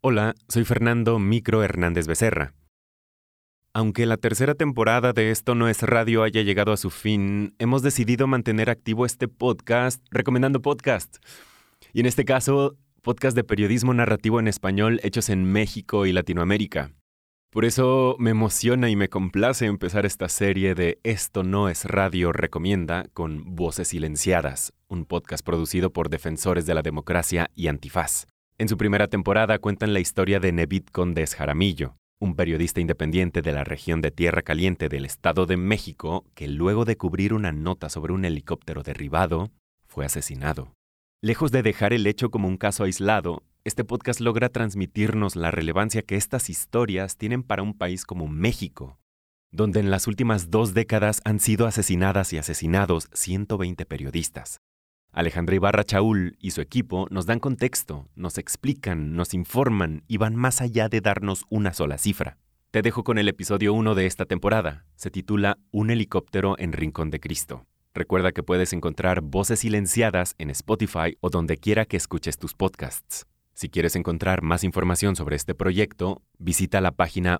Hola, soy Fernando Micro Hernández Becerra. Aunque la tercera temporada de Esto No es Radio haya llegado a su fin, hemos decidido mantener activo este podcast recomendando podcast. Y en este caso, podcast de periodismo narrativo en español hechos en México y Latinoamérica. Por eso me emociona y me complace empezar esta serie de Esto No es Radio Recomienda con Voces Silenciadas, un podcast producido por defensores de la democracia y Antifaz. En su primera temporada cuentan la historia de Nevid Condés Jaramillo, un periodista independiente de la región de Tierra Caliente del Estado de México que luego de cubrir una nota sobre un helicóptero derribado, fue asesinado. Lejos de dejar el hecho como un caso aislado, este podcast logra transmitirnos la relevancia que estas historias tienen para un país como México, donde en las últimas 2 décadas han sido asesinadas y asesinados 120 periodistas. Alejandra Ibarra Chaúl y su equipo nos dan contexto, nos explican, nos informan y van más allá de darnos una sola cifra. Te dejo con el episodio 1 de esta temporada. Se titula Un helicóptero en Rincón de Cristo. Recuerda que puedes encontrar Voces Silenciadas en Spotify o donde quiera que escuches tus podcasts. Si quieres encontrar más información sobre este proyecto, visita la página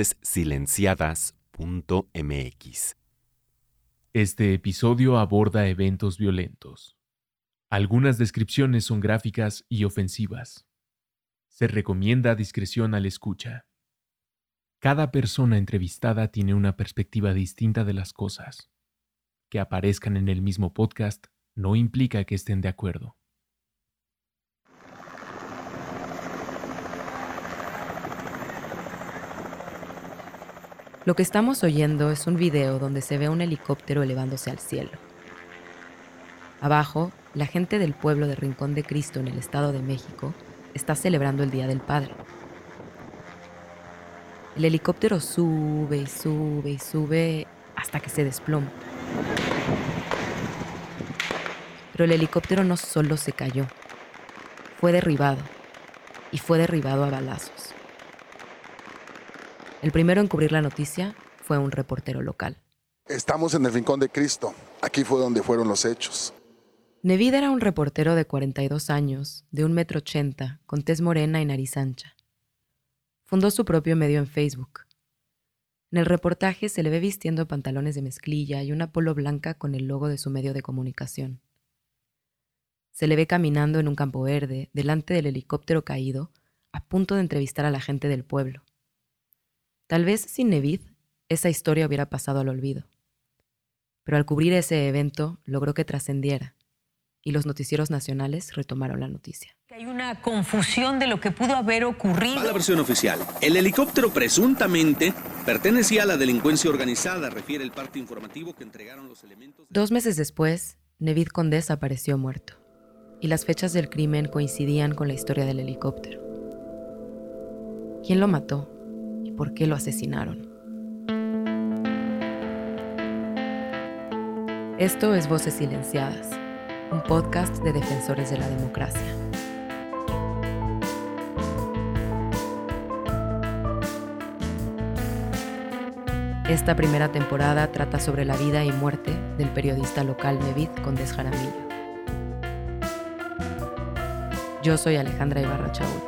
vocessilenciadas.mx. Este episodio aborda eventos violentos. Algunas descripciones son gráficas y ofensivas. Se recomienda discreción al escucha. Cada persona entrevistada tiene una perspectiva distinta de las cosas. Que aparezcan en el mismo podcast no implica que estén de acuerdo. Lo que estamos oyendo es un video donde se ve un helicóptero elevándose al cielo. Abajo, la gente del pueblo de Rincón de Cristo en el Estado de México está celebrando el Día del Padre. El helicóptero sube y sube y sube hasta que se desploma. Pero el helicóptero no solo se cayó, fue derribado, y fue derribado a balazos. El primero en cubrir la noticia fue un reportero local. Estamos en el Rincón de Cristo. Aquí fue donde fueron los hechos. Nevid era un reportero de 42 años, de 1,80 m, con tez morena y nariz ancha. Fundó su propio medio en Facebook. En el reportaje se le ve vistiendo pantalones de mezclilla y una polo blanca con el logo de su medio de comunicación. Se le ve caminando en un campo verde, delante del helicóptero caído, a punto de entrevistar a la gente del pueblo. Tal vez sin Nevid, esa historia hubiera pasado al olvido. Pero al cubrir ese evento, logró que trascendiera, y los noticieros nacionales retomaron la noticia. Hay una confusión de lo que pudo haber ocurrido. A la versión oficial, el helicóptero presuntamente pertenecía a la delincuencia organizada, refiere el parte informativo que entregaron los elementos. 2 meses después, Nevid Condés apareció muerto, y las fechas del crimen coincidían con la historia del helicóptero. ¿Quién lo mató? ¿Y por qué lo asesinaron? Esto es Voces Silenciadas, un podcast de defensores de la democracia. Esta primera temporada trata sobre la vida y muerte del periodista local Nevid Condés Jaramillo. Yo soy Alejandra Ibarra Chaúl.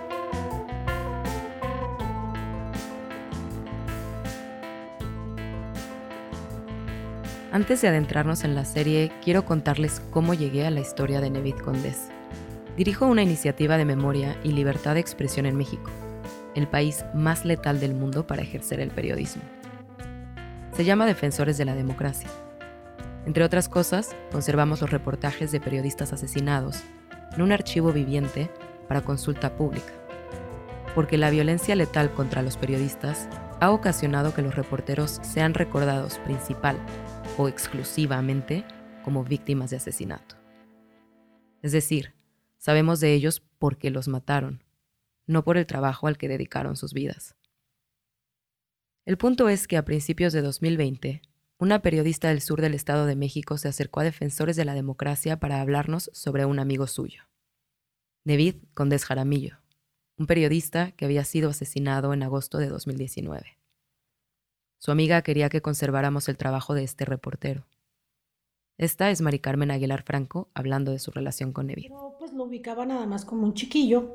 Antes de adentrarnos en la serie, quiero contarles cómo llegué a la historia de Nevid Condés. Dirijo una iniciativa de memoria y libertad de expresión en México, el país más letal del mundo para ejercer el periodismo. Se llama Defensores de la Democracia. Entre otras cosas, conservamos los reportajes de periodistas asesinados en un archivo viviente para consulta pública, porque la violencia letal contra los periodistas ha ocasionado que los reporteros sean recordados principal o exclusivamente como víctimas de asesinato. Es decir, sabemos de ellos porque los mataron, no por el trabajo al que dedicaron sus vidas. El punto es que a principios de 2020, una periodista del sur del Estado de México se acercó a Defensores de la Democracia para hablarnos sobre un amigo suyo, Nevid Condés Jaramillo, un periodista que había sido asesinado en agosto de 2019. Su amiga quería que conserváramos el trabajo de este reportero. Esta es Mari Carmen Aguilar Franco hablando de su relación con Nevid. Pero pues lo ubicaba nada más como un chiquillo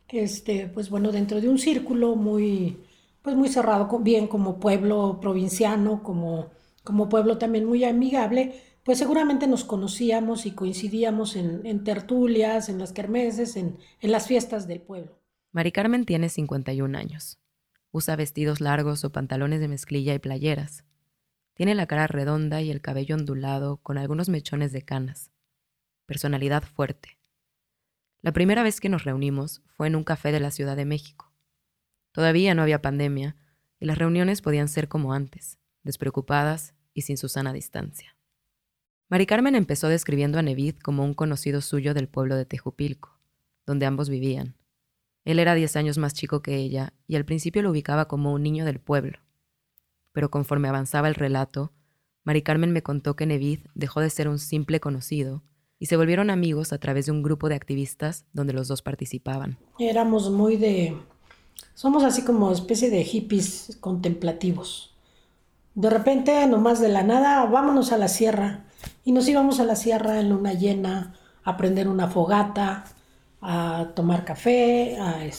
Pues bueno, dentro de un círculo muy cerrado, bien como pueblo provinciano, como pueblo también muy amigable, pues seguramente nos conocíamos y coincidíamos en tertulias, en las kermeses, en las fiestas del pueblo. Mari Carmen tiene 51 años. Usa vestidos largos o pantalones de mezclilla y playeras. Tiene la cara redonda y el cabello ondulado con algunos mechones de canas. Personalidad fuerte. La primera vez que nos reunimos fue en un café de la Ciudad de México. Todavía no había pandemia y las reuniones podían ser como antes, despreocupadas y sin su sana distancia. Mari Carmen empezó describiendo a Nevid como un conocido suyo del pueblo de Tejupilco, donde ambos vivían. Él era 10 años más chico que ella y al principio lo ubicaba como un niño del pueblo. Pero conforme avanzaba el relato, Mari Carmen me contó que Nevid dejó de ser un simple conocido y se volvieron amigos a través de un grupo de activistas donde los dos participaban. Somos así como especie de hippies contemplativos. De repente, nomás de la nada, vámonos a la sierra. Y nos íbamos a la sierra en luna llena, a prender una fogata, a tomar café,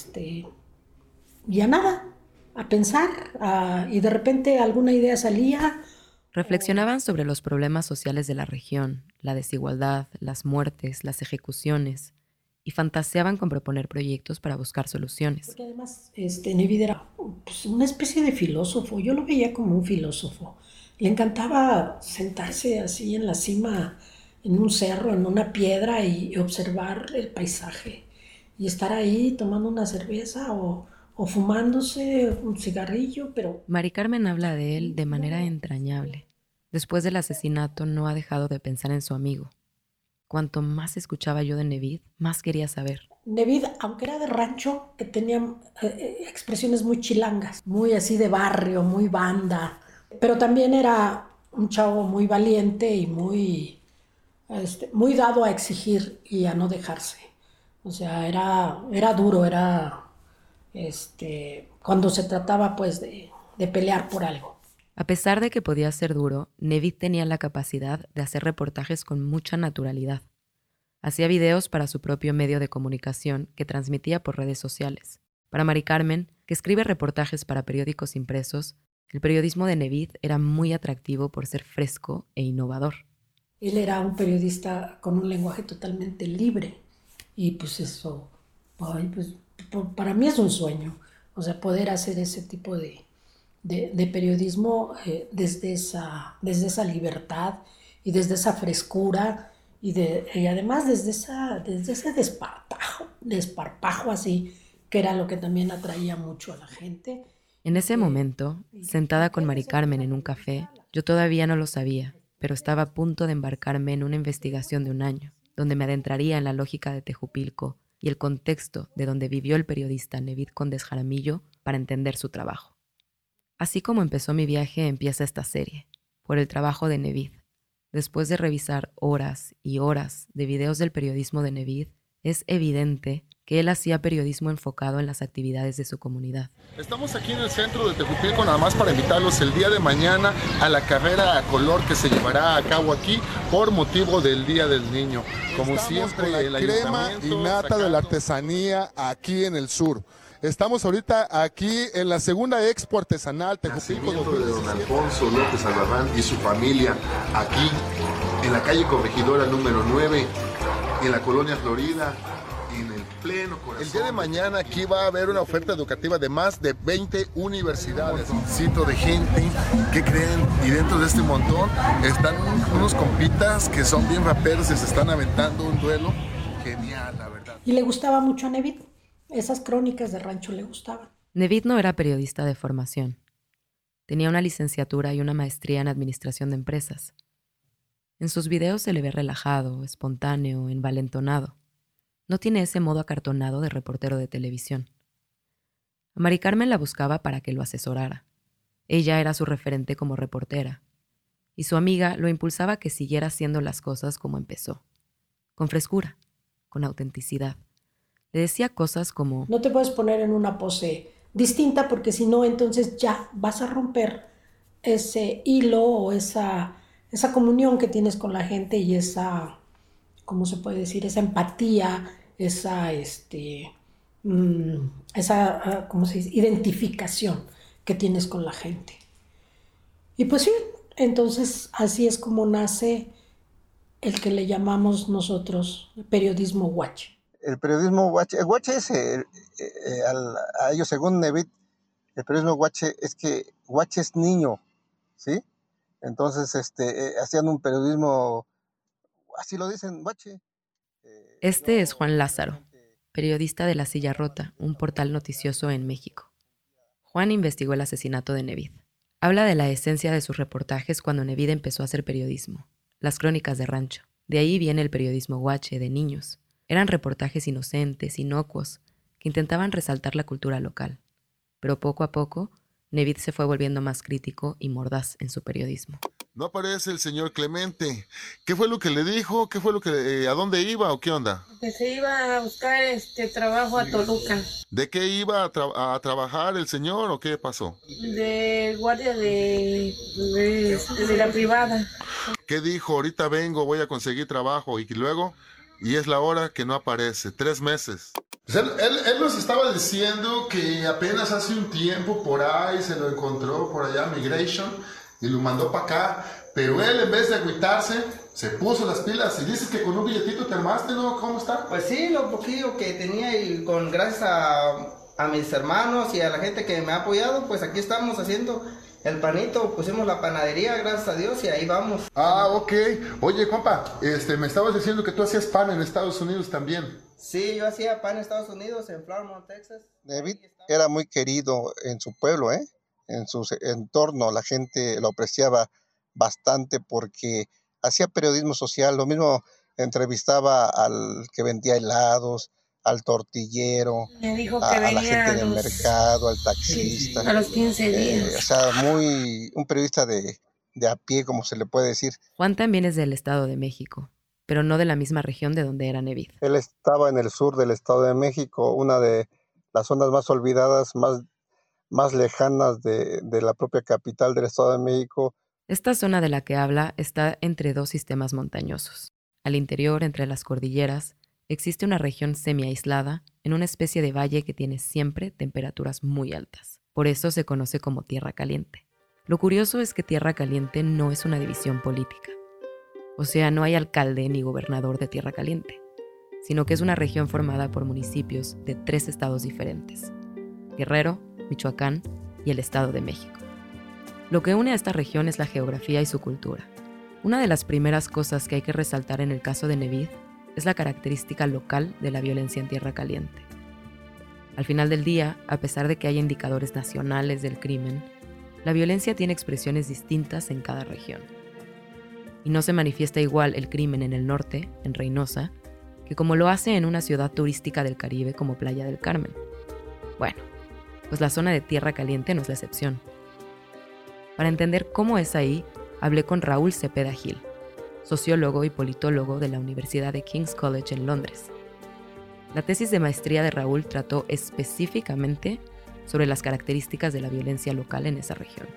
y a nada, a pensar, y de repente alguna idea salía. Reflexionaban sobre los problemas sociales de la región, la desigualdad, las muertes, las ejecuciones, y fantaseaban con proponer proyectos para buscar soluciones. Porque además, Nevid era pues, una especie de filósofo, yo lo veía como un filósofo. Le encantaba sentarse así en la cima, en un cerro, en una piedra y observar el paisaje y estar ahí tomando una cerveza o fumándose un cigarrillo, pero... Mari Carmen habla de él de manera entrañable. Después del asesinato no ha dejado de pensar en su amigo. Cuanto más escuchaba yo de Nevid, más quería saber. Nevid, aunque era de rancho, que tenía expresiones muy chilangas, muy así de barrio, muy banda, pero también era un chavo muy valiente y muy dado a exigir y a no dejarse. O sea, era duro, cuando se trataba pues de pelear por algo. A pesar de que podía ser duro, Nevid tenía la capacidad de hacer reportajes con mucha naturalidad. Hacía videos para su propio medio de comunicación que transmitía por redes sociales. Para Mari Carmen, que escribe reportajes para periódicos impresos, el periodismo de Nevid era muy atractivo por ser fresco e innovador. Él era un periodista con un lenguaje totalmente libre y pues eso, para mí es un sueño, o sea, poder hacer ese tipo de periodismo desde esa libertad y desde esa frescura y además desde ese desparpajo así, que era lo que también atraía mucho a la gente. En ese momento, sentada con Mari Carmen en un café, yo todavía no lo sabía, pero estaba a punto de embarcarme en una investigación de un año, donde me adentraría en la lógica de Tejupilco y el contexto de donde vivió el periodista Nevid Condes Jaramillo para entender su trabajo. Así como empezó mi viaje, empieza esta serie, por el trabajo de Nevid. Después de revisar horas y horas de videos del periodismo de Nevid, es evidente que él hacía periodismo enfocado en las actividades de su comunidad. Estamos aquí en el centro de Tejupilco nada más para invitarlos el día de mañana a la carrera a color que se llevará a cabo aquí por motivo del Día del Niño. Como siempre, la crema y nata de la artesanía aquí en el sur. Estamos ahorita aquí en la segunda expo artesanal Tejupilco de don Alfonso López Albarrán y su familia aquí en la calle Corregidora número 9 en la colonia Florida. El día de mañana aquí va a haber una oferta educativa de más de 20 universidades. Un montoncito de gente, ¿qué creen? Y dentro de este montón están unos compitas que son bien raperos y se están aventando un duelo genial, la verdad. Y le gustaba mucho a Nevid, esas crónicas de rancho le gustaban. Nevid no era periodista de formación. Tenía una licenciatura y una maestría en administración de empresas. En sus videos se le ve relajado, espontáneo, envalentonado. No tiene ese modo acartonado de reportero de televisión. A Mari Carmen la buscaba para que lo asesorara. Ella era su referente como reportera. Y su amiga lo impulsaba a que siguiera haciendo las cosas como empezó. Con frescura, con autenticidad. Le decía cosas como... No te puedes poner en una pose distinta porque si no, entonces ya vas a romper ese hilo o esa comunión que tienes con la gente y esa... ¿cómo se puede decir? Esa empatía, esa ¿cómo se dice? Identificación que tienes con la gente. Y pues sí, entonces así es como nace el que le llamamos nosotros periodismo guache. El periodismo guache, el guache es, a ellos según Nevid, el periodismo guache es que guache es niño, ¿sí? Entonces hacían un periodismo, así lo dicen, guache. Este es Juan Lázaro, periodista de La Silla Rota, un portal noticioso en México. Juan investigó el asesinato de Nevid. Habla de la esencia de sus reportajes cuando Nevid empezó a hacer periodismo, las crónicas de rancho. De ahí viene el periodismo guache de niños. Eran reportajes inocentes, inocuos, que intentaban resaltar la cultura local. Pero poco a poco, Nevid se fue volviendo más crítico y mordaz en su periodismo. No aparece el señor Clemente. ¿Qué fue lo que le dijo? ¿Qué fue lo que, a dónde iba o qué onda? Que se iba a buscar trabajo a Toluca. ¿De qué iba a trabajar el señor o qué pasó? De guardia de la privada. ¿Qué dijo? Ahorita vengo, voy a conseguir trabajo y luego, y es la hora que no aparece, 3 meses. Pues él nos estaba diciendo que apenas hace un tiempo por ahí se lo encontró por allá Migration y lo mandó para acá, pero él en vez de agüitarse se puso las pilas y dices que con un billetito te armaste, ¿no? ¿Cómo está? Pues sí, lo poquillo que tenía y gracias a mis hermanos y a la gente que me ha apoyado, pues aquí estamos haciendo el panito, pusimos la panadería, gracias a Dios, y ahí vamos. Ah, ok. Oye, compa, me estabas diciendo que tú hacías pan en Estados Unidos también. Sí, yo hacía pan en Estados Unidos, en Flourmont, Texas. David era muy querido en su pueblo, en su entorno. La gente lo apreciaba bastante porque hacía periodismo social. Lo mismo entrevistaba al que vendía helados, al tortillero, me dijo que a la gente del mercado, al taxista. A los 15 días. O sea, un periodista de a pie, como se le puede decir. Juan también es del Estado de México, pero no de la misma región de donde era Nevid. Él estaba en el sur del Estado de México, una de las zonas más olvidadas, más lejanas de la propia capital del Estado de México. Esta zona de la que habla está entre 2 sistemas montañosos. Al interior, entre las cordilleras, existe una región semi-aislada en una especie de valle que tiene siempre temperaturas muy altas. Por eso se conoce como Tierra Caliente. Lo curioso es que Tierra Caliente no es una división política. O sea, no hay alcalde ni gobernador de Tierra Caliente, sino que es una región formada por municipios de 3 estados diferentes: Guerrero, Michoacán y el Estado de México. Lo que une a esta región es la geografía y su cultura. Una de las primeras cosas que hay que resaltar en el caso de Nevid es la característica local de la violencia en Tierra Caliente. Al final del día, a pesar de que hay indicadores nacionales del crimen, la violencia tiene expresiones distintas en cada región. Y no se manifiesta igual el crimen en el norte, en Reynosa, que como lo hace en una ciudad turística del Caribe como Playa del Carmen. Bueno, pues la zona de Tierra Caliente no es la excepción. Para entender cómo es ahí, hablé con Raúl Cepeda Gil, sociólogo y politólogo de la Universidad de King's College en Londres. La tesis de maestría de Raúl trató específicamente sobre las características de la violencia local en esa región.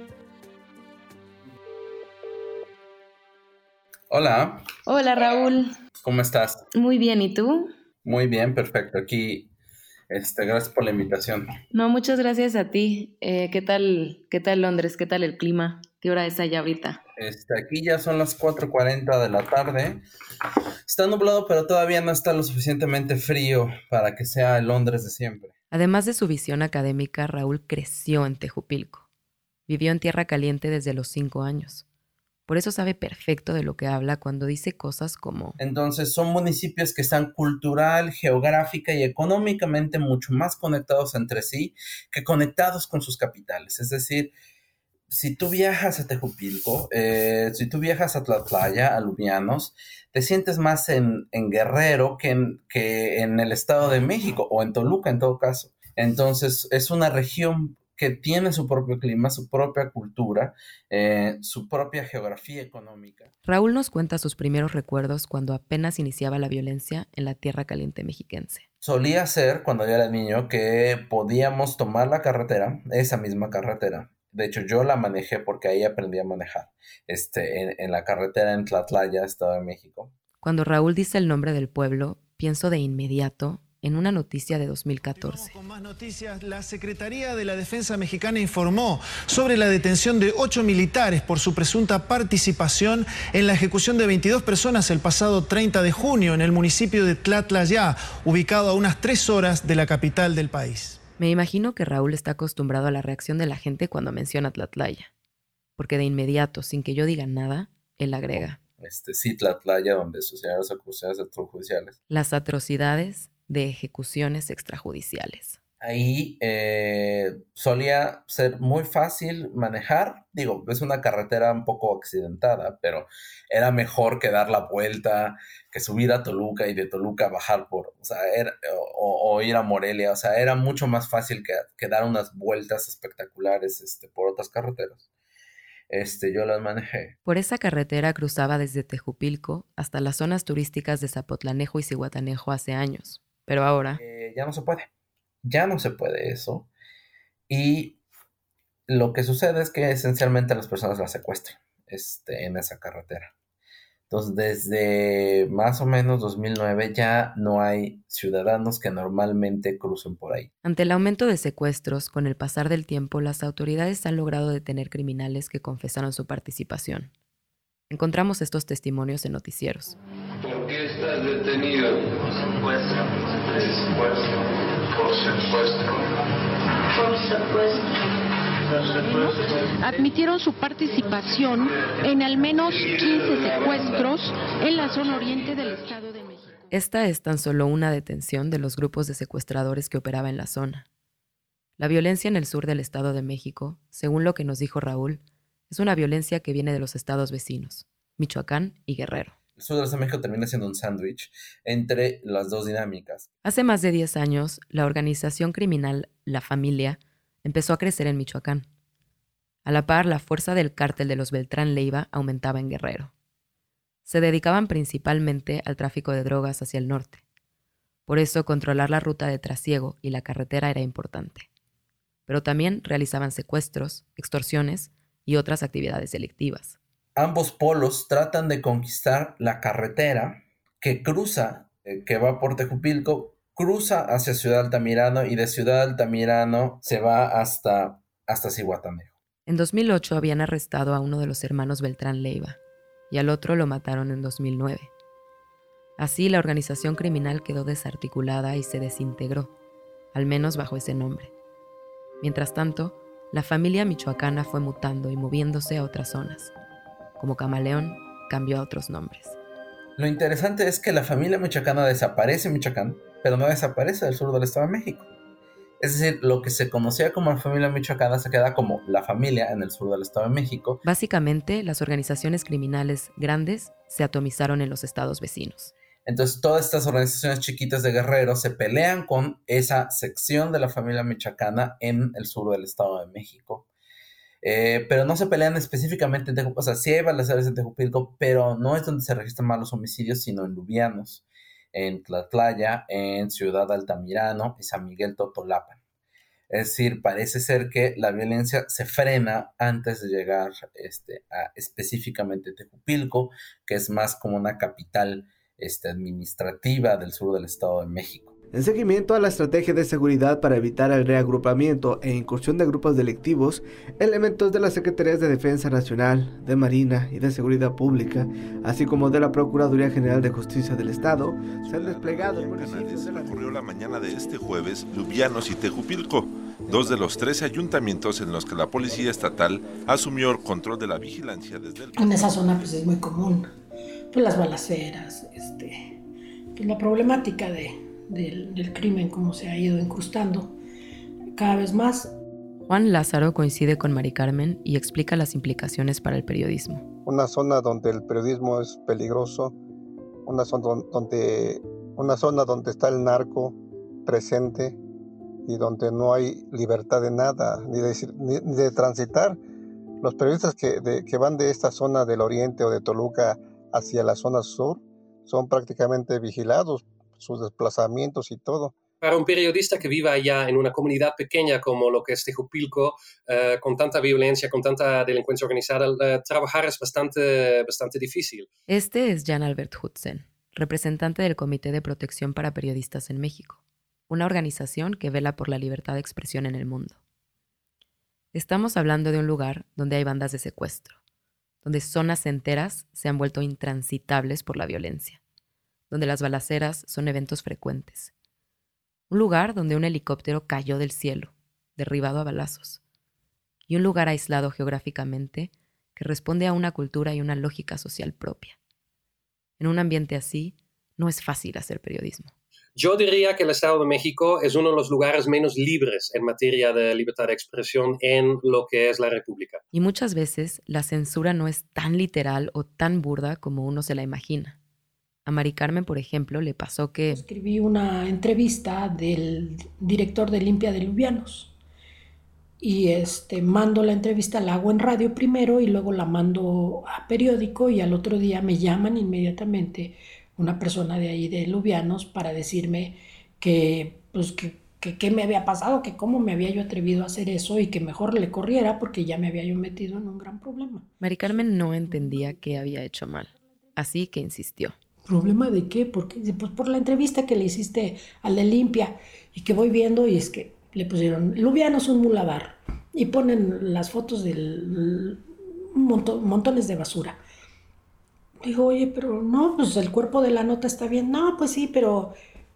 Hola. Hola, Raúl. ¿Cómo estás? Muy bien, ¿y tú? Muy bien, perfecto. Aquí, gracias por la invitación. No, muchas gracias a ti. ¿Qué tal Londres? ¿Qué tal el clima? ¿Qué hora es allá ahorita? Aquí ya son las 4:40 de la tarde. Está nublado, pero todavía no está lo suficientemente frío para que sea el Londres de siempre. Además de su visión académica, Raúl creció en Tejupilco. Vivió en Tierra Caliente desde los 5 años. Por eso sabe perfecto de lo que habla cuando dice cosas como... Entonces son municipios que están cultural, geográfica y económicamente mucho más conectados entre sí que conectados con sus capitales. Es decir, si tú viajas a Tejupilco, si tú viajas a Tlatlaya, a Lubianos, te sientes más en Guerrero que en el Estado de México o en Toluca en todo caso. Entonces es una región que tiene su propio clima, su propia cultura, su propia geografía económica. Raúl nos cuenta sus primeros recuerdos cuando apenas iniciaba la violencia en la Tierra Caliente mexiquense. Solía ser, cuando yo era niño, que podíamos tomar la carretera, esa misma carretera. De hecho, yo la manejé porque ahí aprendí a manejar, en la carretera en Tlatlaya, Estado de México. Cuando Raúl dice el nombre del pueblo, pienso de inmediato en una noticia de 2014. Con más noticias, la Secretaría de la Defensa Mexicana informó sobre la detención de 8 militares por su presunta participación en la ejecución de 22 personas el pasado 30 de junio en el municipio de Tlatlaya, ubicado a unas 3 horas de la capital del país. Me imagino que Raúl está acostumbrado a la reacción de la gente cuando menciona Tlatlaya, porque de inmediato, sin que yo diga nada, él agrega: sí, Tlatlaya, donde sucedieron las ejecuciones extrajudiciales. Las atrocidades de ejecuciones extrajudiciales. Ahí solía ser muy fácil manejar. Digo, es una carretera un poco accidentada, pero era mejor que dar la vuelta, que subir a Toluca y de Toluca bajar o ir a Morelia. O sea, era mucho más fácil que dar unas vueltas espectaculares por otras carreteras. Yo las manejé. Por esa carretera cruzaba desde Tejupilco hasta las zonas turísticas de Zapotlanejo y Zihuatanejo hace años. Pero ahora ya no se puede. Ya no se puede eso. Y lo que sucede es que esencialmente las personas las secuestran en esa carretera. Entonces, desde más o menos 2009 ya no hay ciudadanos que normalmente crucen por ahí. Ante el aumento de secuestros, con el pasar del tiempo, las autoridades han logrado detener criminales que confesaron su participación. Encontramos estos testimonios en noticieros. ¿Por qué estás detenido? Por secuestro. Por secuestro. Por secuestro. Admitieron su participación en al menos 15 secuestros en la zona oriente del Estado de México. Esta es tan solo una detención de los grupos de secuestradores que operaba en la zona. La violencia en el sur del Estado de México, según lo que nos dijo Raúl, es una violencia que viene de los estados vecinos, Michoacán y Guerrero. El sur de México termina siendo un sándwich entre las dos dinámicas. Hace más de 10 años, la organización criminal La Familia empezó a crecer en Michoacán. A la par, la fuerza del cártel de los Beltrán Leiva aumentaba en Guerrero. Se dedicaban principalmente al tráfico de drogas hacia el norte. Por eso, controlar la ruta de trasiego y la carretera era importante. Pero también realizaban secuestros, extorsiones y otras actividades delictivas. Ambos polos tratan de conquistar la carretera que cruza, que va por Tejupilco, cruza hacia Ciudad Altamirano y de Ciudad Altamirano se va hasta Zihuatanejo. En 2008 habían arrestado a uno de los hermanos Beltrán Leiva y al otro lo mataron en 2009. Así la organización criminal quedó desarticulada y se desintegró, al menos bajo ese nombre. Mientras tanto, la familia michoacana fue mutando y moviéndose a otras zonas. Como camaleón, cambió a otros nombres. Lo interesante es que la familia michoacana desaparece en Michoacán, pero no desaparece del sur del Estado de México. Es decir, lo que se conocía como la familia michoacana se queda como la familia en el sur del Estado de México. Básicamente, las organizaciones criminales grandes se atomizaron en los estados vecinos. Entonces, todas estas organizaciones chiquitas de Guerrero se pelean con esa sección de la familia michoacana en el sur del Estado de México. Pero no se pelean específicamente en Tejupilco. O sea, sí hay balaceras en Tejupilco, pero no es donde se registran más los homicidios, sino en Lubianos, en Tlatlaya, en Ciudad Altamirano y San Miguel Totolapan. Es decir, parece ser que la violencia se frena antes de llegar a específicamente Tejupilco, que es más como una capital administrativa del sur del Estado de México. En seguimiento a la estrategia de seguridad para evitar el reagrupamiento e incursión de grupos delictivos, elementos de las Secretarías de Defensa Nacional, de Marina y de Seguridad Pública, así como de la Procuraduría General de Justicia del Estado, se han desplegado en municipios de la... Ocurrió la mañana de este jueves Lubianos y Tejupilco, dos de los 13 ayuntamientos en los que la Policía Estatal asumió el control de la vigilancia desde el... En esa zona pues es muy común, pues las balaceras, pues la problemática del crimen, como se ha ido incrustando cada vez más. Juan Lázaro coincide con Mari Carmen y explica las implicaciones para el periodismo. Una zona donde el periodismo es peligroso, una zona donde está el narco presente y donde no hay libertad de nada, ni de transitar. Los periodistas que van de esta zona del oriente o de Toluca hacia la zona sur son prácticamente vigilados, sus desplazamientos y todo. Para un periodista que viva allá en una comunidad pequeña como lo que es Tejupilco, con tanta violencia, con tanta delincuencia organizada, trabajar es bastante difícil. Este es Jan Albert Hutzen, representante del Comité de Protección para Periodistas en México. una organización que vela por la libertad de expresión en el mundo. Estamos hablando de un lugar donde hay bandas de secuestro, donde zonas enteras se han vuelto intransitables por la violencia, donde las balaceras son eventos frecuentes. Un lugar donde un helicóptero cayó del cielo, derribado a balazos, y un lugar aislado geográficamente que responde a una cultura y una lógica social propia. En un ambiente así, no es fácil hacer periodismo. Yo diría que el Estado de México es uno de los lugares menos libres en materia de libertad de expresión en lo que es la República. Y muchas veces la censura no es tan literal o tan burda como uno se la imagina. A Mari Carmen, por ejemplo, le pasó que... Escribí una entrevista del director de Limpia de Lubianos y mando la entrevista, la hago en radio primero y luego la mando a periódico y al otro día me llaman inmediatamente una persona de ahí de Lubianos para decirme que qué me había pasado, que cómo me había yo atrevido a hacer eso y que mejor le corriera porque ya me había yo metido en un gran problema. Mari Carmen no entendía qué había hecho mal, así que insistió. ¿Problema de qué? Pues por la entrevista que le hiciste al de Limpia y que voy viendo y es que le pusieron Lubianos un muladar y ponen las fotos de montones de basura. Digo, oye, pero no, pues el cuerpo de la nota está bien. No, pues sí, pero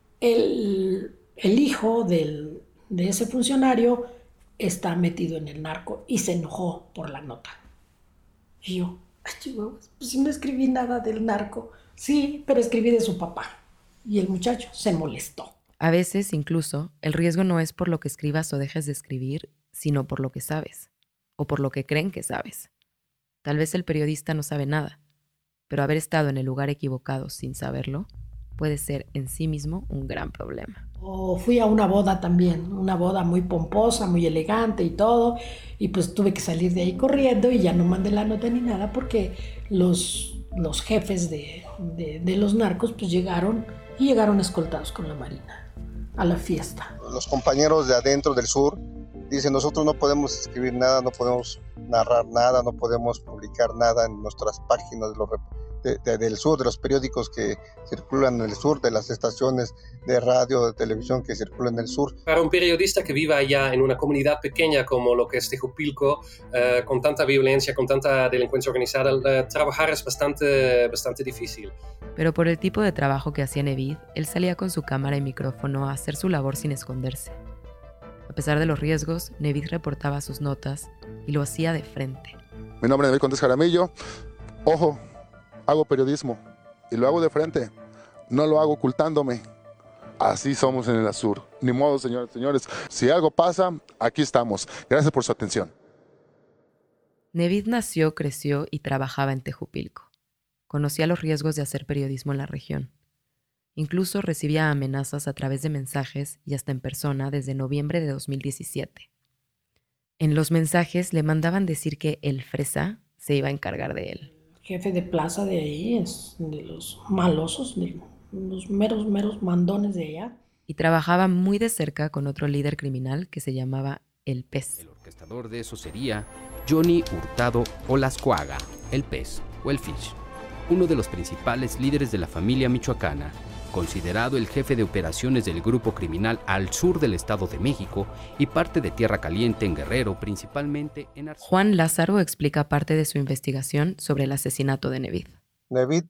el hijo de ese funcionario está metido en el narco y se enojó por la nota. Y yo, ay, chihuahuas, pues si no escribí nada del narco. Sí, pero escribí de su papá. Y el muchacho se molestó. A veces, incluso, el riesgo no es por lo que escribas o dejes de escribir, sino por lo que sabes, o por lo que creen que sabes. Tal vez el periodista no sabe nada, pero haber estado en el lugar equivocado sin saberlo puede ser en sí mismo un gran problema. O fui a una boda también, una boda muy pomposa, muy elegante y todo, y pues tuve que salir de ahí corriendo y ya no mandé la nota ni nada porque los jefes de los narcos pues llegaron escoltados con la Marina a la fiesta. Los compañeros de adentro del sur dicen, nosotros no podemos escribir nada, no podemos narrar nada, no podemos publicar nada en nuestras páginas del sur, de los periódicos que circulan en el sur, de las estaciones de radio, de televisión que circulan en el sur. Para un periodista que viva allá en una comunidad pequeña como lo que es Tejupilco, con tanta violencia, con tanta delincuencia organizada, trabajar es bastante difícil. Pero por el tipo de trabajo que hacía Nevid, él salía con su cámara y micrófono a hacer su labor sin esconderse. A pesar de los riesgos, Nevid reportaba sus notas y lo hacía de frente. Mi nombre es Nevid Condés Jaramillo. Ojo, hago periodismo y lo hago de frente. No lo hago ocultándome. Así somos en el Azur. Ni modo, señores. Si algo pasa, aquí estamos. Gracias por su atención. Nevid nació, creció y trabajaba en Tejupilco. Conocía los riesgos de hacer periodismo en la región. Incluso recibía amenazas a través de mensajes y hasta en persona desde noviembre de 2017. En los mensajes le mandaban decir que el fresa se iba a encargar de él. Jefe de plaza de ahí, es de los malosos, de los meros mandones de allá. Y trabajaba muy de cerca con otro líder criminal que se llamaba El Pez. El orquestador de eso sería Johnny Hurtado Olascuaga, El Pez o El Fish, uno de los principales líderes de la familia michoacana, considerado el jefe de operaciones del grupo criminal al sur del Estado de México y parte de Tierra Caliente en Guerrero, principalmente en Arce. Juan Lázaro explica parte de su investigación sobre el asesinato de Nevid. Nevid,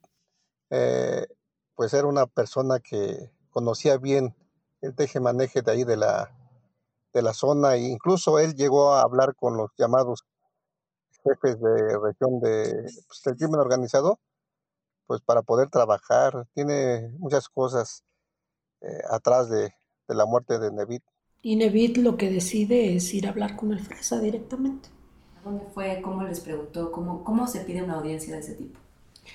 pues era una persona que conocía bien el teje-maneje de ahí de la zona, e incluso él llegó a hablar con los llamados jefes de región del crimen organizado, pues para poder trabajar. Tiene muchas cosas atrás de la muerte de Nevid. Y Nevid lo que decide es ir a hablar con el fresa directamente. ¿A dónde fue? ¿Cómo les preguntó? ¿Cómo se pide una audiencia de ese tipo?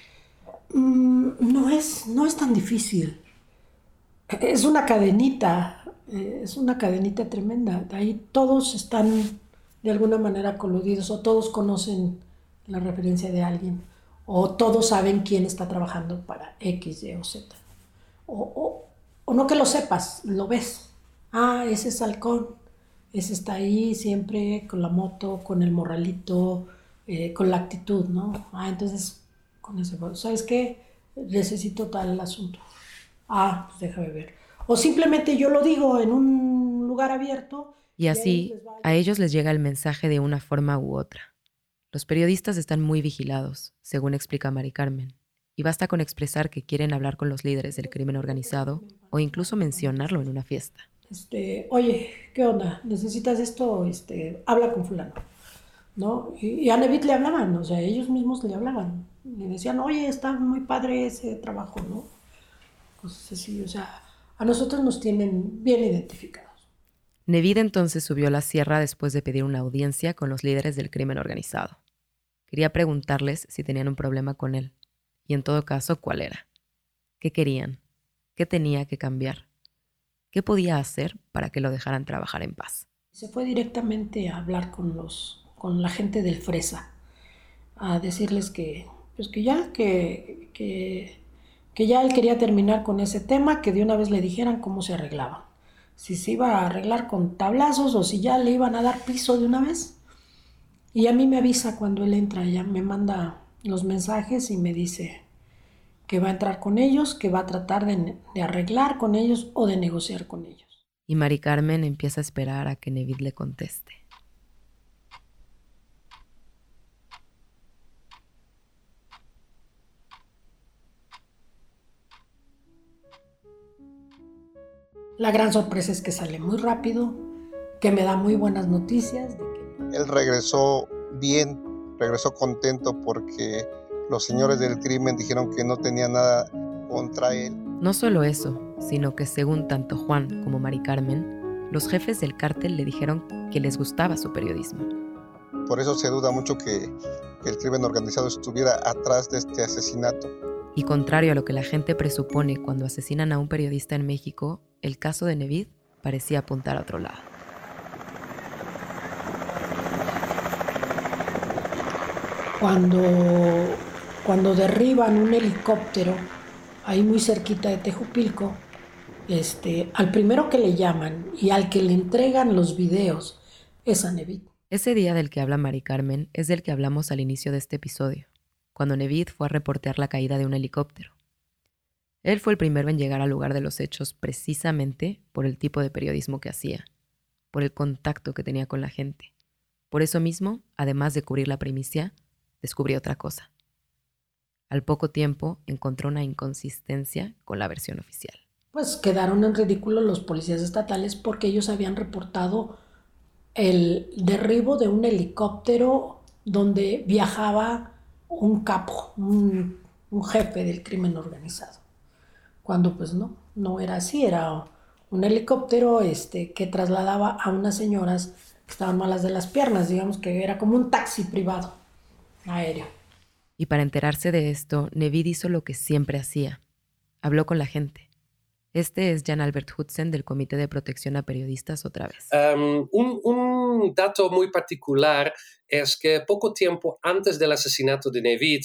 No es tan difícil. Es una cadenita tremenda. Ahí todos están de alguna manera coludidos o todos conocen la referencia de alguien. O todos saben quién está trabajando para X, Y o Z. O no que lo sepas, lo ves. Ah, ese es Halcón. Ese está ahí siempre con la moto, con el morralito, con la actitud, ¿no? Ah, entonces, con ese, ¿sabes qué? Necesito tal asunto. Ah, pues déjame ver. O simplemente yo lo digo en un lugar abierto. Y así, a ellos les llega el mensaje de una forma u otra. Los periodistas están muy vigilados, según explica Mari Carmen, y basta con expresar que quieren hablar con los líderes del crimen organizado o incluso mencionarlo en una fiesta. Oye, ¿qué onda? ¿Necesitas esto? Habla con fulano, ¿no? Y a Nevid le hablaban, o sea, ellos mismos le hablaban. Le decían, oye, está muy padre ese trabajo, ¿no? Cosas así, o sea, a nosotros nos tienen bien identificados. Nevid entonces subió a la sierra después de pedir una audiencia con los líderes del crimen organizado. Quería preguntarles si tenían un problema con él, y en todo caso, ¿cuál era? ¿Qué querían? ¿Qué tenía que cambiar? ¿Qué podía hacer para que lo dejaran trabajar en paz? Se fue directamente a hablar con la gente del Fresa, a decirles que ya él quería terminar con ese tema, que de una vez le dijeran cómo se arreglaba. Si se iba a arreglar con tablazos o si ya le iban a dar piso de una vez. Y a mí me avisa cuando él entra, ya me manda los mensajes y me dice que va a entrar con ellos, que va a tratar de arreglar con ellos o de negociar con ellos. Y Mari Carmen empieza a esperar a que Nevid le conteste. La gran sorpresa es que sale muy rápido, que me da muy buenas noticias. Él regresó bien, regresó contento porque los señores del crimen dijeron que no tenía nada contra él. No solo eso, sino que según tanto Juan como Mari Carmen, los jefes del cártel le dijeron que les gustaba su periodismo. Por eso se duda mucho que el crimen organizado estuviera atrás de este asesinato. Y contrario a lo que la gente presupone cuando asesinan a un periodista en México, el caso de Nevid parecía apuntar a otro lado. Cuando derriban un helicóptero ahí muy cerquita de Tejupilco, al primero que le llaman y al que le entregan los videos es a Nevid. Ese día del que habla Mari Carmen es del que hablamos al inicio de este episodio, cuando Nevid fue a reportear la caída de un helicóptero. Él fue el primero en llegar al lugar de los hechos precisamente por el tipo de periodismo que hacía, por el contacto que tenía con la gente. Por eso mismo, además de cubrir la primicia, descubrió otra cosa. Al poco tiempo encontró una inconsistencia con la versión oficial. Pues quedaron en ridículo los policías estatales porque ellos habían reportado el derribo de un helicóptero donde viajaba un capo, un jefe del crimen organizado. Cuando pues no era así, era un helicóptero que trasladaba a unas señoras que estaban malas de las piernas, digamos que era como un taxi privado aéreo. Y para enterarse de esto, Nevid hizo lo que siempre hacía. Habló con la gente. Este es Jan Albert Hudsen del Comité de Protección a Periodistas otra vez. Un dato muy particular es que poco tiempo antes del asesinato de Nevid,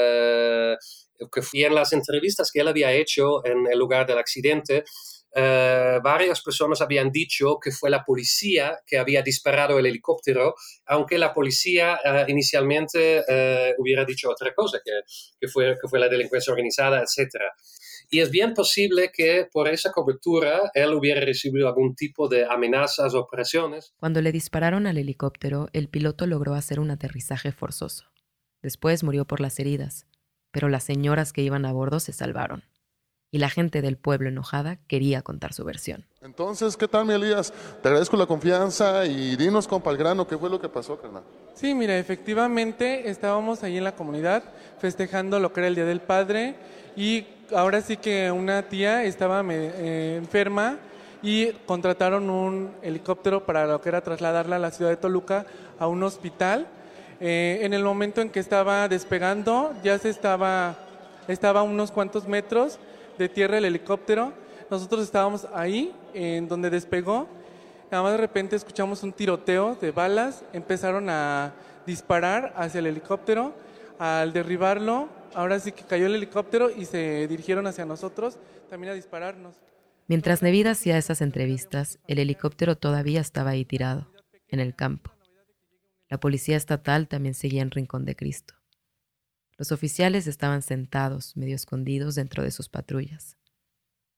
y en las entrevistas que él había hecho en el lugar del accidente, varias personas habían dicho que fue la policía que había disparado el helicóptero, aunque la policía inicialmente hubiera dicho otra cosa, que fue la delincuencia organizada, etc. Y es bien posible que por esa cobertura él hubiera recibido algún tipo de amenazas o presiones. Cuando le dispararon al helicóptero, el piloto logró hacer un aterrizaje forzoso. Después murió por las heridas, pero las señoras que iban a bordo se salvaron. Y la gente del pueblo enojada quería contar su versión. Entonces, ¿qué tal, mi Elías? Te agradezco la confianza y dinos, compa, al grano, ¿qué fue lo que pasó, carnal? Sí, mira, efectivamente estábamos ahí en la comunidad festejando lo que era el Día del Padre y ahora sí que una tía estaba enferma y contrataron un helicóptero para lo que era trasladarla a la ciudad de Toluca a un hospital. En el momento en que estaba despegando, ya estaba a unos cuantos metros de tierra el helicóptero. Nosotros estábamos ahí, en donde despegó. Nada más de repente escuchamos un tiroteo de balas. Empezaron a disparar hacia el helicóptero. Al derribarlo, ahora sí que cayó el helicóptero y se dirigieron hacia nosotros también a dispararnos. Mientras Nevid hacía esas entrevistas, el helicóptero todavía estaba ahí tirado, en el campo. La policía estatal también seguía en Rincón de Cristo. Los oficiales estaban sentados, medio escondidos dentro de sus patrullas.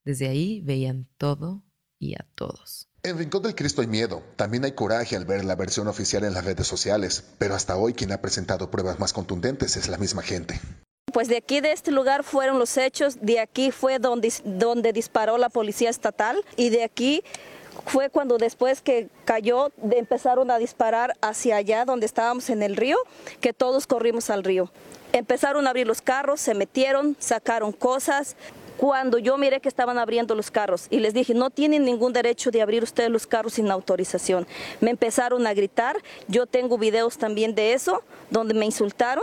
Desde ahí veían todo y a todos. En Rincón del Cristo hay miedo, también hay coraje al ver la versión oficial en las redes sociales, pero hasta hoy quien ha presentado pruebas más contundentes es la misma gente. Pues de aquí, de este lugar, fueron los hechos, de aquí fue donde disparó la policía estatal y de aquí fue cuando después que cayó empezaron a disparar hacia allá donde estábamos en el río, que todos corrimos al río. Empezaron a abrir los carros, se metieron, sacaron cosas. Cuando yo miré que estaban abriendo los carros y les dije, no tienen ningún derecho de abrir ustedes los carros sin autorización. Me empezaron a gritar, yo tengo videos también de eso, donde me insultaron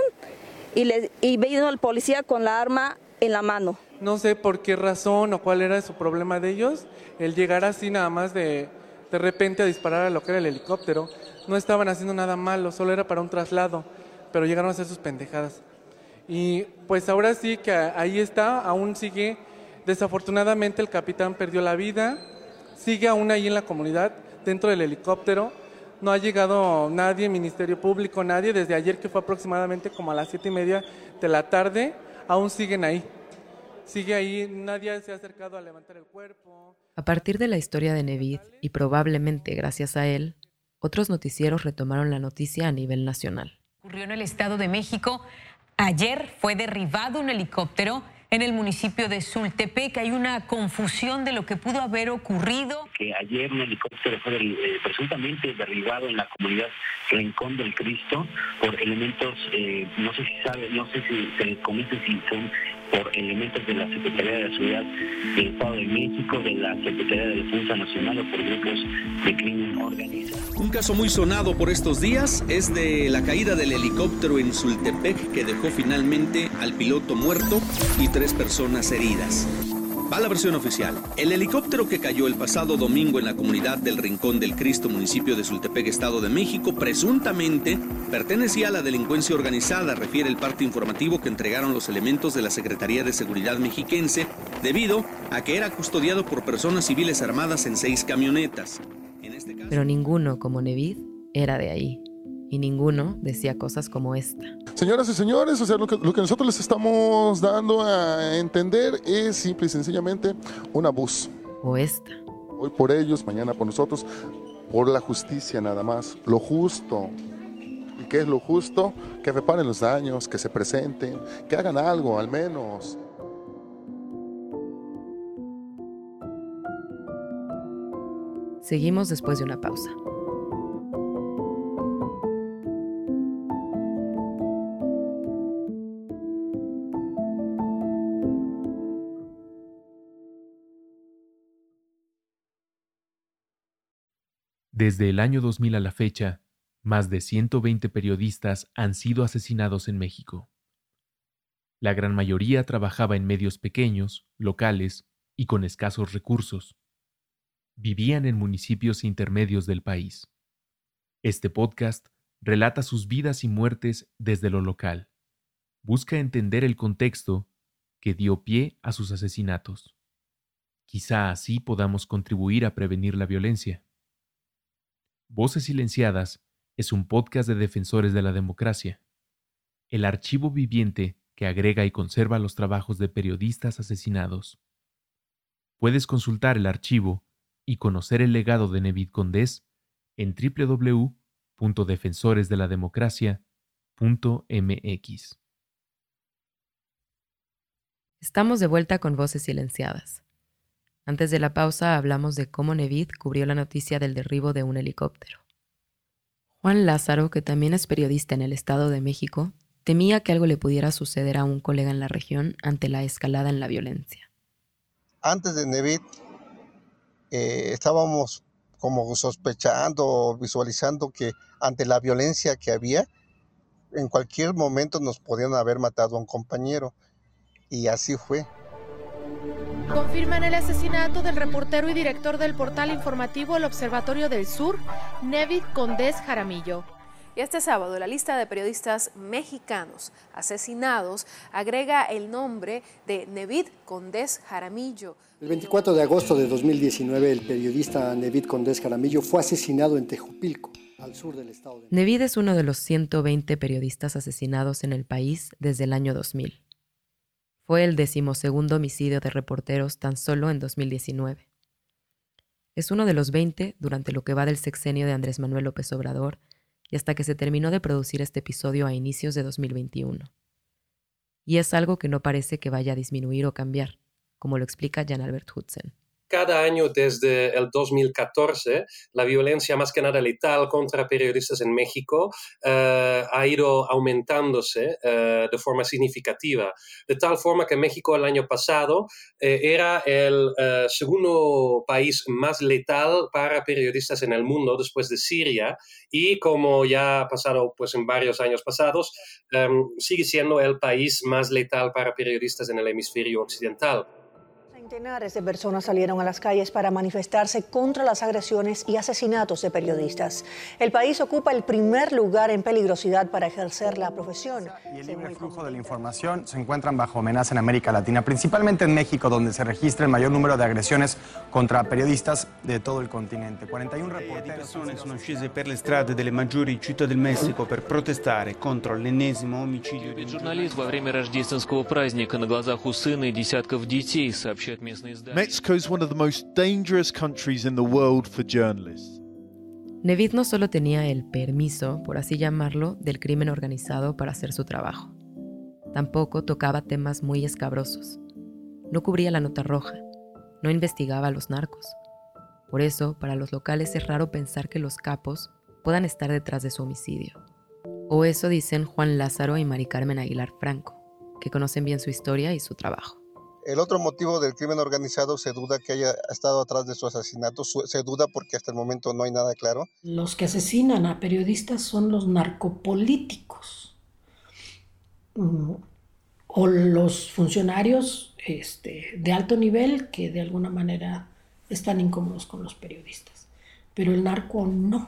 y vino el policía con la arma en la mano. No sé por qué razón o cuál era su problema de ellos, el llegar así nada más de repente a disparar a lo que era el helicóptero. No estaban haciendo nada malo, solo era para un traslado, pero llegaron a hacer sus pendejadas. Y pues ahora sí que ahí está, aún sigue, desafortunadamente el capitán perdió la vida, sigue aún ahí en la comunidad, dentro del helicóptero, no ha llegado nadie, Ministerio Público, nadie, desde ayer que fue aproximadamente como a las 7:30 de la tarde, aún siguen ahí, sigue ahí, nadie se ha acercado a levantar el cuerpo. A partir de la historia de Nevid, y probablemente gracias a él, otros noticieros retomaron la noticia a nivel nacional. Ocurrió en el Estado de México. Ayer fue derribado un helicóptero en el municipio de Sultepec. Hay una confusión de lo que pudo haber ocurrido. Que ayer un helicóptero fue presuntamente derribado en la comunidad Rincón del Cristo por elementos, no sé si se comenta si son por elementos de la Secretaría de la Seguridad del Estado de México, de la Secretaría de Defensa Nacional o por grupos de crimen organizado. Un caso muy sonado por estos días es de la caída del helicóptero en Sultepec que dejó finalmente al piloto muerto y 3 personas heridas. Va la versión oficial. El helicóptero que cayó el pasado domingo en la comunidad del Rincón del Cristo, municipio de Sultepec, Estado de México, presuntamente pertenecía a la delincuencia organizada, refiere el parte informativo que entregaron los elementos de la Secretaría de Seguridad mexiquense, debido a que era custodiado por personas civiles armadas en 6 camionetas. Pero ninguno, como Nevid, era de ahí. Y ninguno decía cosas como esta. Señoras y señores, o sea, lo que nosotros les estamos dando a entender es simple y sencillamente un abuso. O esta. Hoy por ellos, mañana por nosotros, por la justicia nada más, lo justo. ¿Y qué es lo justo? Que reparen los daños, que se presenten, que hagan algo al menos. Seguimos después de una pausa. Desde el año 2000 a la fecha, más de 120 periodistas han sido asesinados en México. La gran mayoría trabajaba en medios pequeños, locales y con escasos recursos. Vivían en municipios intermedios del país. Este podcast relata sus vidas y muertes desde lo local. Busca entender el contexto que dio pie a sus asesinatos. Quizá así podamos contribuir a prevenir la violencia. Voces Silenciadas es un podcast de defensores de la democracia, el archivo viviente que agrega y conserva los trabajos de periodistas asesinados. Puedes consultar el archivo y conocer el legado de Nevid Condés en www.defensoresdelademocracia.mx. Estamos de vuelta con Voces Silenciadas. Antes de la pausa hablamos de cómo Nevid cubrió la noticia del derribo de un helicóptero. Juan Lázaro, que también es periodista en el Estado de México, temía que algo le pudiera suceder a un colega en la región ante la escalada en la violencia. Antes de Nevid, estábamos como sospechando, visualizando que ante la violencia que había, en cualquier momento nos podían haber matado a un compañero. Y así fue. Confirman el asesinato del reportero y director del portal informativo El Observatorio del Sur, Nevid Condés Jaramillo. Y este sábado la lista de periodistas mexicanos asesinados agrega el nombre de Nevid Condés Jaramillo. El 24 de agosto de 2019 el periodista Nevid Condés Jaramillo fue asesinado en Tejupilco, al sur del estado de México. Nevid es uno de los 120 periodistas asesinados en el país desde el año 2000. Fue el 12º homicidio de reporteros tan solo en 2019. Es uno de los 20 durante lo que va del sexenio de Andrés Manuel López Obrador y hasta que se terminó de producir este episodio a inicios de 2021. Y es algo que no parece que vaya a disminuir o cambiar, como lo explica Jan Albert Hudsen. Cada año desde el 2014, la violencia más que nada letal contra periodistas en México ha ido aumentándose de forma significativa. De tal forma que México el año pasado era el segundo país más letal para periodistas en el mundo después de Siria y como ya ha pasado pues, en varios años pasados, sigue siendo el país más letal para periodistas en el hemisferio occidental. Centenares de personas salieron a las calles para manifestarse contra las agresiones y asesinatos de periodistas. El país ocupa el primer lugar en peligrosidad para ejercer la profesión. Y el libre flujo de la información se encuentran bajo amenaza en América Latina, principalmente en México, donde se registra el mayor número de agresiones contra periodistas de todo il continente. 41 reporteros. Di persone sono scese per le strade delle maggiori città del Messico per protestare contro l'ennesimo omicidio di un Журналист во время рождественского праздника на глазах у сына и десятков детей, сообщает Mexico is one of the most dangerous countries in the world for journalists. Nevid no solo tenía el permiso, por así llamarlo, del crimen organizado para hacer su trabajo. Tampoco tocaba temas muy escabrosos. No cubría la nota roja. No investigaba a los narcos. Por eso, para los locales es raro pensar que los capos puedan estar detrás de su homicidio. O eso dicen Juan Lázaro y Mari Carmen Aguilar Franco, que conocen bien su historia y su trabajo. El otro motivo del crimen organizado se duda que haya estado atrás de su asesinato, se duda porque hasta el momento no hay nada claro. Los que asesinan a periodistas son los narcopolíticos o los funcionarios de alto nivel que de alguna manera están incómodos con los periodistas. Pero el narco no.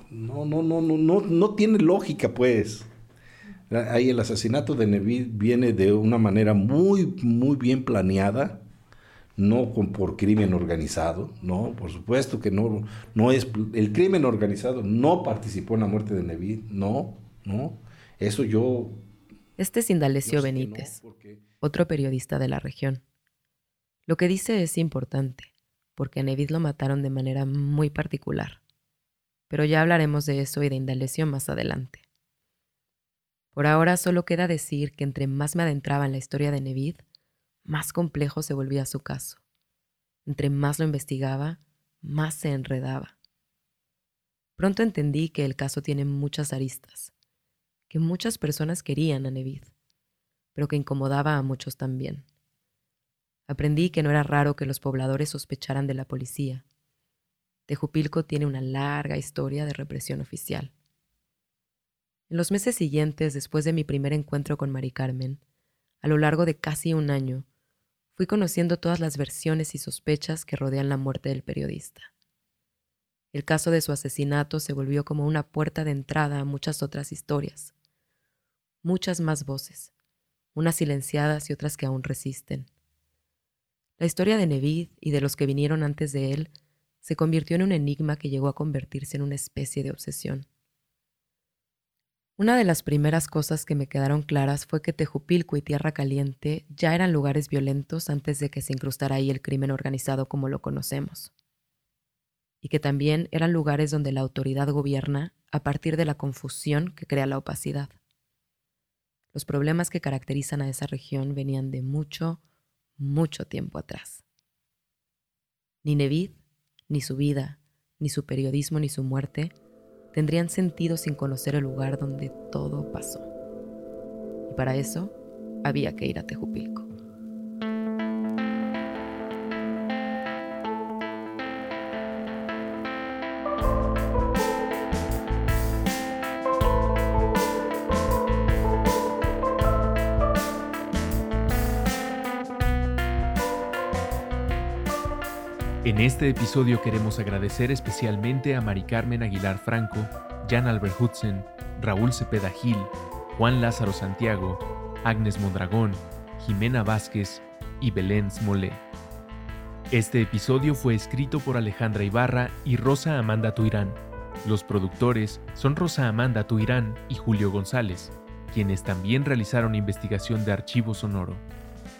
No tiene lógica, pues. Ahí el asesinato de Nevid viene de una manera muy bien planeada, no por crimen organizado, no, por supuesto que no es, el crimen organizado no participó en la muerte de Nevid, no, eso yo... Este es Indalecio Benítez, otro periodista de la región. Lo que dice es importante, porque a Nevid lo mataron de manera muy particular, pero ya hablaremos de eso y de Indalecio más adelante. Por ahora solo queda decir que entre más me adentraba en la historia de Nevid, más complejo se volvía su caso. Entre más lo investigaba, más se enredaba. Pronto entendí que el caso tiene muchas aristas, que muchas personas querían a Nevid, pero que incomodaba a muchos también. Aprendí que no era raro que los pobladores sospecharan de la policía. Tejupilco tiene una larga historia de represión oficial. En los meses siguientes, después de mi primer encuentro con Mari Carmen, a lo largo de casi un año, fui conociendo todas las versiones y sospechas que rodean la muerte del periodista. El caso de su asesinato se volvió como una puerta de entrada a muchas otras historias. Muchas más voces, unas silenciadas y otras que aún resisten. La historia de Nevid y de los que vinieron antes de él se convirtió en un enigma que llegó a convertirse en una especie de obsesión. Una de las primeras cosas que me quedaron claras fue que Tejupilco y Tierra Caliente ya eran lugares violentos antes de que se incrustara ahí el crimen organizado como lo conocemos. Y que también eran lugares donde la autoridad gobierna a partir de la confusión que crea la opacidad. Los problemas que caracterizan a esa región venían de mucho tiempo atrás. Ni Nevid, ni su vida, ni su periodismo, ni su muerte tendrían sentido sin conocer el lugar donde todo pasó. Y para eso había que ir a Tejupilco. En este episodio queremos agradecer especialmente a Mari Carmen Aguilar Franco, Jan Albert Hudsen, Raúl Cepeda Gil, Juan Lázaro Santiago, Agnes Mondragón, Jimena Vázquez y Belén Smolé. Este episodio fue escrito por Alejandra Ibarra y Rosa Amanda Tuirán. Los productores son Rosa Amanda Tuirán y Julio González, quienes también realizaron investigación de archivo sonoro.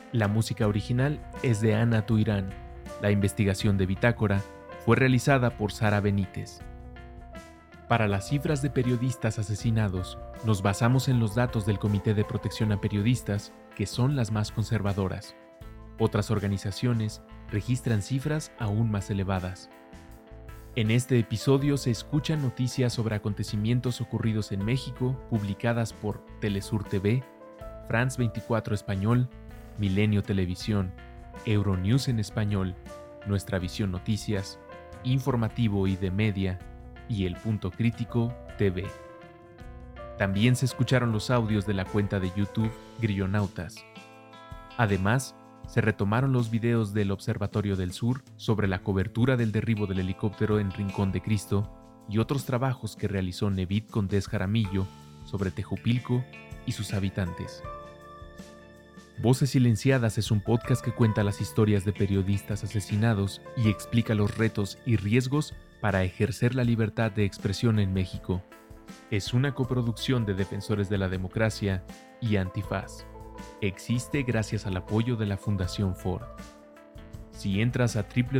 La música original es de Ana Tuirán. La investigación de Bitácora fue realizada por Sara Benítez. Para las cifras de periodistas asesinados, nos basamos en los datos del Comité de Protección a Periodistas, que son las más conservadoras. Otras organizaciones registran cifras aún más elevadas. En este episodio se escuchan noticias sobre acontecimientos ocurridos en México publicadas por Telesur TV, France 24 Español, Milenio Televisión, Euronews en Español, Nuestra Visión Noticias, Informativo y de Media y El Punto Crítico TV. También se escucharon los audios de la cuenta de YouTube Grillonautas. Además, se retomaron los videos del Observatorio del Sur sobre la cobertura del derribo del helicóptero en Rincón de Cristo y otros trabajos que realizó Nevid Condés Jaramillo sobre Tejupilco y sus habitantes. Voces Silenciadas es un podcast que cuenta las historias de periodistas asesinados y explica los retos y riesgos para ejercer la libertad de expresión en México. Es una coproducción de Defensores de la Democracia y Antifaz. Existe gracias al apoyo de la Fundación Ford. Si entras a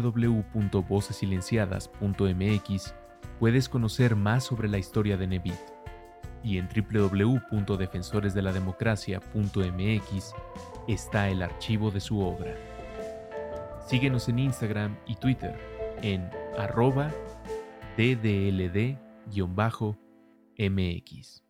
www.vocesilenciadas.mx, puedes conocer más sobre la historia de Nevid. Y en www.defensoresdelademocracia.mx está el archivo de su obra. Síguenos en Instagram y Twitter en @ddld_mx.